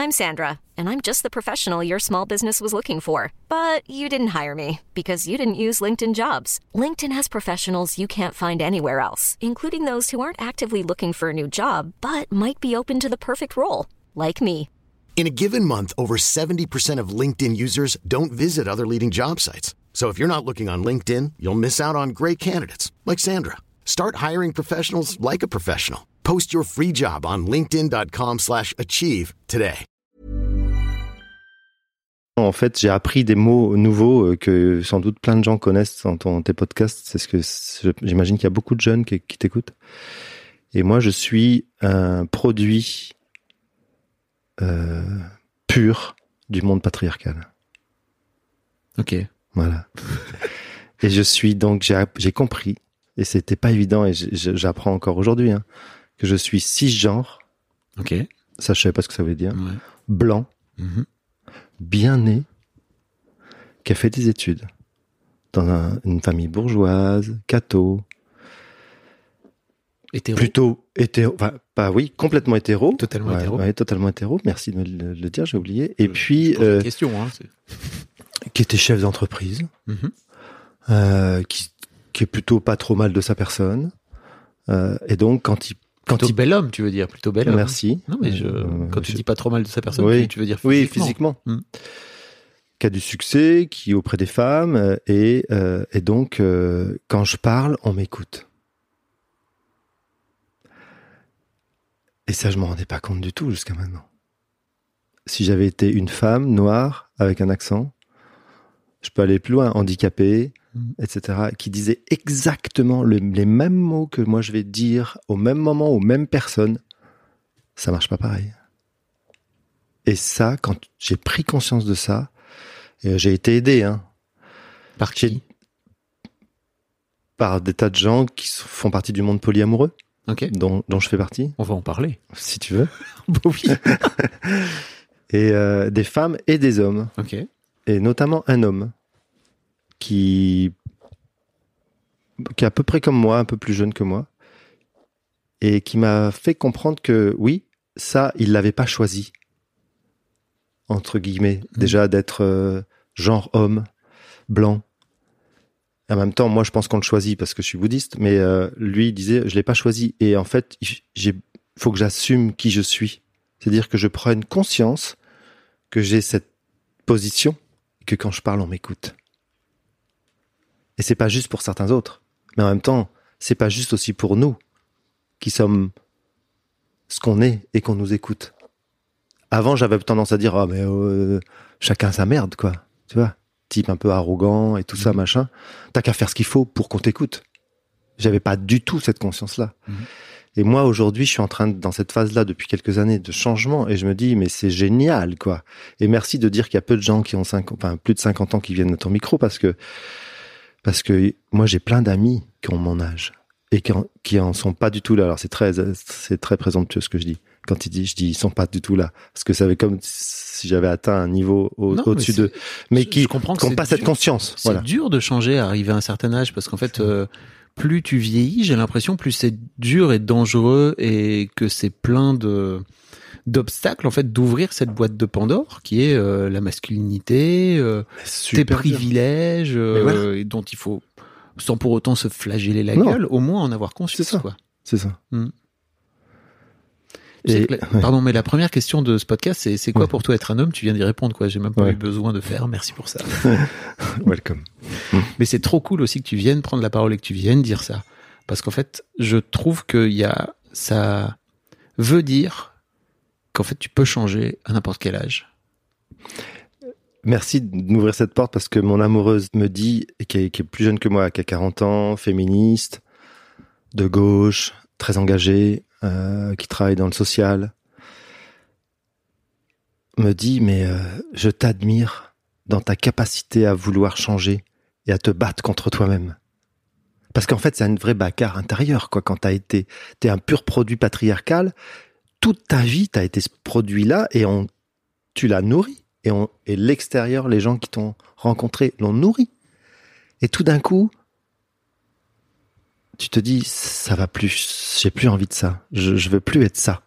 I'm Sandra, and I'm just the professional your small business was looking for. But you didn't hire me because you didn't use LinkedIn Jobs. LinkedIn has professionals you can't find anywhere else, including those who aren't actively looking for a new job, but might be open to the perfect role, like me. In a given month, over 70% of LinkedIn users don't visit other leading job sites. So if you're not looking on LinkedIn, you'll miss out on great candidates like Sandra. Start hiring professionals like a professional. Post your free job on linkedin.com/achieve today. En fait, j'ai appris des mots nouveaux que sans doute plein de gens connaissent dans tes podcasts. C'est ce que j'imagine qu'il y a beaucoup de jeunes qui t'écoutent. Et moi, je suis un produit pur du monde patriarcal. Ok. Voilà. Et je suis donc, j'ai compris, et c'était pas évident, et j'apprends encore aujourd'hui, que je suis cisgenre. Ok. Ça, je savais pas ce que ça voulait dire. Ouais. Blanc, bien né, qui a fait des études dans une famille bourgeoise, catho. Hétéro. Plutôt hétéro, complètement hétéro. Totalement hétéro. Ouais, totalement hétéro. Merci de me le dire, j'ai oublié. Et puis, question, qui était chef d'entreprise, qui est plutôt pas trop mal de sa personne. Et donc, plutôt bel homme, tu veux dire, plutôt bel homme. Merci. Non, mais quand tu dis pas trop mal de sa personne, oui, tu veux dire physiquement. Oui, physiquement. Qui a du succès, qui est auprès des femmes, et donc, quand je parle, on m'écoute. Et ça, je m'en rendais pas compte du tout jusqu'à maintenant. Si j'avais été une femme noire avec un accent, je peux aller plus loin, handicapée, etc., qui disait exactement les mêmes mots que moi je vais dire au même moment, aux mêmes personnes, ça marche pas pareil. Et ça, quand j'ai pris conscience de ça, et j'ai été aidé, Par qui ? Par des tas de gens qui font partie du monde polyamoureux. Okay. Dont je fais partie. On va en parler. Si tu veux. Oui. Et des femmes et des hommes. Ok. Et notamment un homme qui est à peu près comme moi, un peu plus jeune que moi, et qui m'a fait comprendre que oui, ça, il l'avait pas choisi, entre guillemets, déjà d'être genre homme, blanc. En même temps, moi, je pense qu'on le choisit parce que je suis bouddhiste, mais lui, il disait, je l'ai pas choisi. Et en fait, faut que j'assume qui je suis. C'est-à-dire que je prenne conscience que j'ai cette position, que quand je parle, on m'écoute. Et c'est pas juste pour certains autres. Mais en même temps, c'est pas juste aussi pour nous, qui sommes ce qu'on est et qu'on nous écoute. Avant, j'avais tendance à dire, chacun sa merde, quoi. Tu vois? Type un peu arrogant et tout ça, machin. T'as qu'à faire ce qu'il faut pour qu'on t'écoute. J'avais pas du tout cette conscience-là. Et moi, aujourd'hui, je suis en train, dans cette phase-là, depuis quelques années, de changement, et je me dis, mais c'est génial, quoi. Et merci de dire qu'il y a peu de gens qui ont plus de 50 ans qui viennent à ton micro, parce que moi, j'ai plein d'amis qui ont mon âge, et qui en sont pas du tout là. Alors, c'est très présomptueux ce que je dis. Quand je dis, ils sont pas du tout là. Parce que ça fait comme si j'avais atteint un niveau au-dessus d'eux. Mais qui n'ont pas cette conscience. C'est dur de changer, arriver à un certain âge, parce qu'en fait, plus tu vieillis, j'ai l'impression, plus c'est dur et dangereux, et que c'est plein d'obstacles, en fait, d'ouvrir cette boîte de Pandore, qui est la masculinité, tes privilèges, dont il faut, sans pour autant se flageller la gueule, au moins en avoir conscience. C'est ça. Quoi. C'est ça. Pardon, mais la première question de ce podcast, c'est quoi pour toi être un homme ? Tu viens d'y répondre, quoi. J'ai même pas eu besoin de faire. Merci pour ça. Welcome. Mais c'est trop cool aussi que tu viennes prendre la parole et que tu viennes dire ça. Parce qu'en fait, je trouve que ça veut dire qu'en fait, tu peux changer à n'importe quel âge. Merci de m'ouvrir cette porte, parce que mon amoureuse me dit, qui est plus jeune que moi, qui a 40 ans, féministe, de gauche, très engagée, qui travaille dans le social, me dit, mais je t'admire dans ta capacité à vouloir changer et à te battre contre toi-même. Parce qu'en fait, c'est une vraie bagarre intérieure, quoi. Quand t'es un pur produit patriarcal, toute ta vie, t'as été ce produit-là, et tu l'as nourri. Et l'extérieur, les gens qui t'ont rencontré l'ont nourri. Et tout d'un coup, tu te dis, ça va plus, j'ai plus envie de ça. Je veux plus être ça.